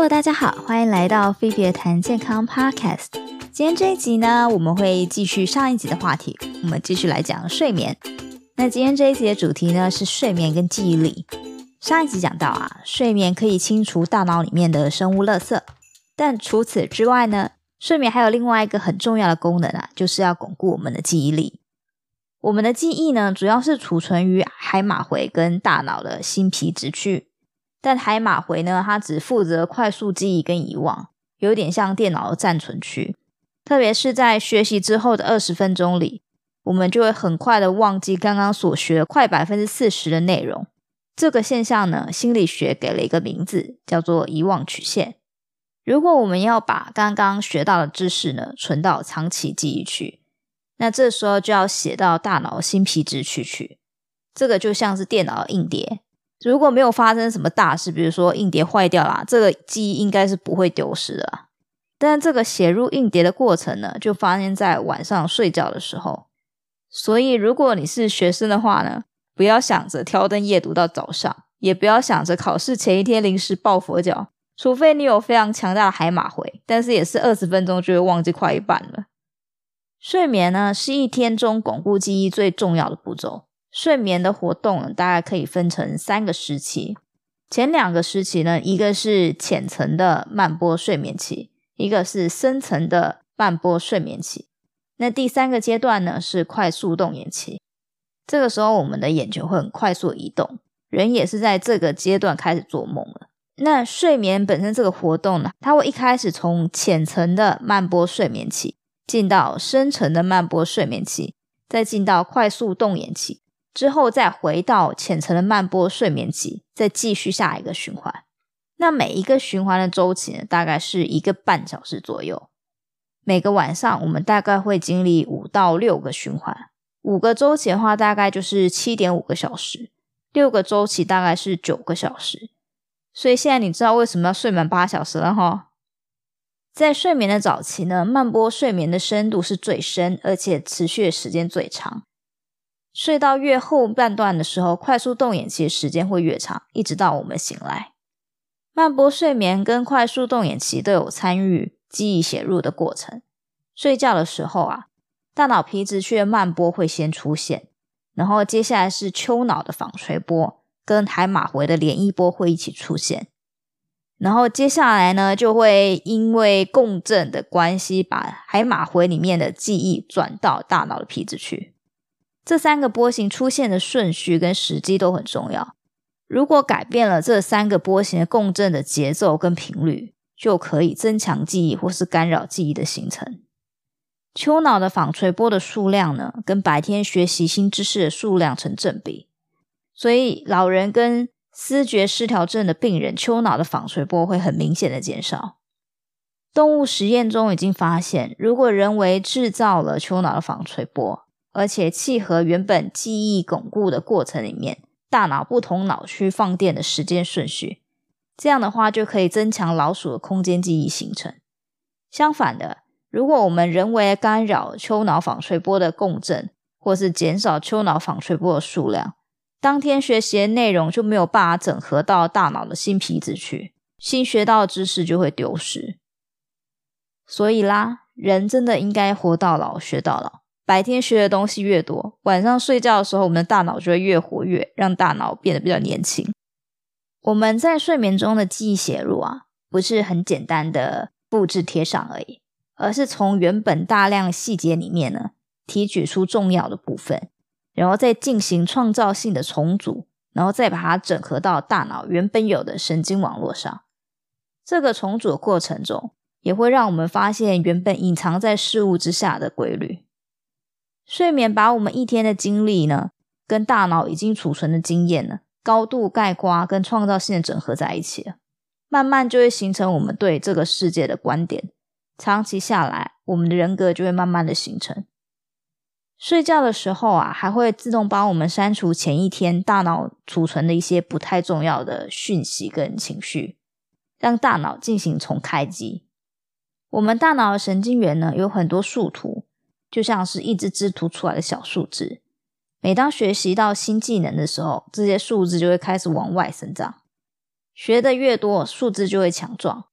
Hello， 大家好，欢迎来到菲比的谈健康 Podcast。今天这一集呢，我们会继续上一集的话题，我们继续来讲睡眠。那今天这一集的主题呢是睡眠跟记忆力。上一集讲到睡眠可以清除大脑里面的生物垃圾，但除此之外呢，睡眠还有另外一个很重要的功能就是要巩固我们的记忆力。我们的记忆呢，主要是储存于海马回跟大脑的新皮质区。但海马回呢，它只负责快速记忆跟遗忘，有点像电脑的暂存区。特别是在学习之后的20分钟里，我们就会很快的忘记刚刚所学快 40% 的内容。这个现象呢，心理学给了一个名字，叫做遗忘曲线。如果我们要把刚刚学到的知识呢，存到长期记忆区，那这时候就要写到大脑新皮质区去。这个就像是电脑的硬碟。如果没有发生什么大事，比如说硬碟坏掉啦，这个记忆应该是不会丢失的啦。但这个写入硬碟的过程呢，就发生在晚上睡觉的时候。所以如果你是学生的话呢，不要想着挑灯夜读到早上，也不要想着考试前一天临时抱佛脚，除非你有非常强大的海马回，但是也是20分钟就会忘记快一半了。睡眠呢，是一天中巩固记忆最重要的步骤。睡眠的活动呢，大概可以分成3个时期。前2个时期呢，一个是浅层的慢波睡眠期，一个是深层的慢波睡眠期。那第3个阶段呢，是快速动眼期。这个时候我们的眼球会很快速移动，人也是在这个阶段开始做梦了。那睡眠本身这个活动呢，它会一开始从浅层的慢波睡眠期进到深层的慢波睡眠期，再进到快速动眼期，之后再回到浅层的慢波睡眠期，再继续下一个循环。那每一个循环的周期呢，大概是1个半小时左右。每个晚上我们大概会经历5到6个循环，5个周期的话大概就是 7.5 个小时，6个周期大概是9个小时。所以现在你知道为什么要睡满8小时了齁。在睡眠的早期呢，慢波睡眠的深度是最深，而且持续的时间最长。睡到越后半段的时候，快速动眼期的时间会越长，一直到我们醒来。慢波睡眠跟快速动眼期都有参与记忆写入的过程。睡觉的时候大脑皮质区的慢波会先出现，然后接下来是丘脑的纺锤波跟海马回的涟漪波会一起出现，然后接下来呢，就会因为共振的关系，把海马回里面的记忆转到大脑的皮质区。这3个波形出现的顺序跟时机都很重要。如果改变了这3个波形的共振的节奏跟频率，就可以增强记忆或是干扰记忆的形成。丘脑的纺锤波的数量呢，跟白天学习新知识的数量成正比。所以老人跟思觉失调症的病人，丘脑的纺锤波会很明显的减少。动物实验中已经发现，如果人为制造了丘脑的纺锤波，而且契合原本记忆巩固的过程里面大脑不同脑区放电的时间顺序，这样的话就可以增强老鼠的空间记忆形成。相反的，如果我们人为干扰丘脑纺锤波的共振，或是减少丘脑纺锤波的数量，当天学习的内容就没有办法整合到大脑的新皮质区，新学到的知识就会丢失。所以啦，人真的应该活到老学到老。白天学的东西越多，晚上睡觉的时候我们的大脑就会越活跃，让大脑变得比较年轻。我们在睡眠中的记忆写入不是很简单的复制贴上而已，而是从原本大量细节里面呢，提取出重要的部分，然后再进行创造性的重组，然后再把它整合到大脑原本有的神经网络上。这个重组的过程中，也会让我们发现原本隐藏在事物之下的规律。睡眠把我们一天的经历呢，跟大脑已经储存的经验呢，高度概括跟创造性的整合在一起了，慢慢就会形成我们对这个世界的观点。长期下来，我们的人格就会慢慢的形成。睡觉的时候还会自动帮我们删除前一天大脑储存的一些不太重要的讯息跟情绪，让大脑进行重开机。我们大脑的神经元呢，有很多树突，就像是一只只突出来的小树枝。每当学习到新技能的时候，这些树枝就会开始往外生长。学得越多，树枝就会强壮，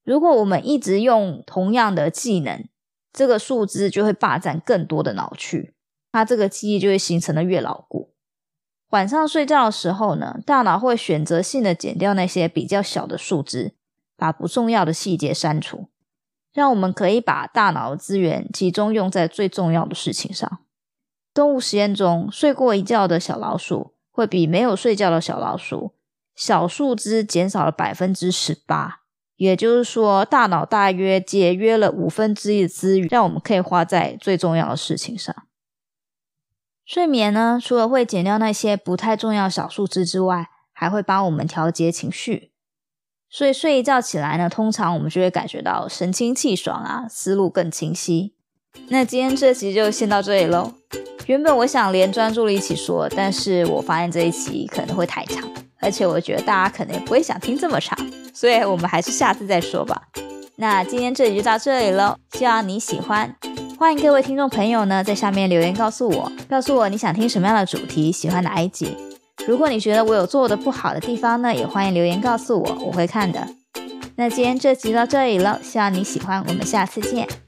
如果我们一直用同样的技能，这个树枝就会霸占更多的脑区，它这个记忆就会形成的越牢固。晚上睡觉的时候呢，大脑会选择性的剪掉那些比较小的树枝，把不重要的细节删除，让我们可以把大脑的资源集中用在最重要的事情上。动物实验中，睡过一觉的小老鼠会比没有睡觉的小老鼠小树枝减少了 18%， 也就是说大脑大约节约了1/5的资源，让我们可以花在最重要的事情上。睡眠呢，除了会减掉那些不太重要的小树枝之外，还会帮我们调节情绪。所以睡一觉起来呢，通常我们就会感觉到神清气爽啊，思路更清晰。那今天这集就先到这里咯。原本我想连专注力一起说，但是我发现这一期可能会太长，而且我觉得大家可能也不会想听这么长，所以我们还是下次再说吧。那今天这集就到这里咯，希望你喜欢。欢迎各位听众朋友呢，在下面留言告诉我你想听什么样的主题，喜欢哪一集。如果你觉得我有做的不好的地方呢，也欢迎留言告诉我，我会看的。那今天这集到这里了，希望你喜欢，我们下次见。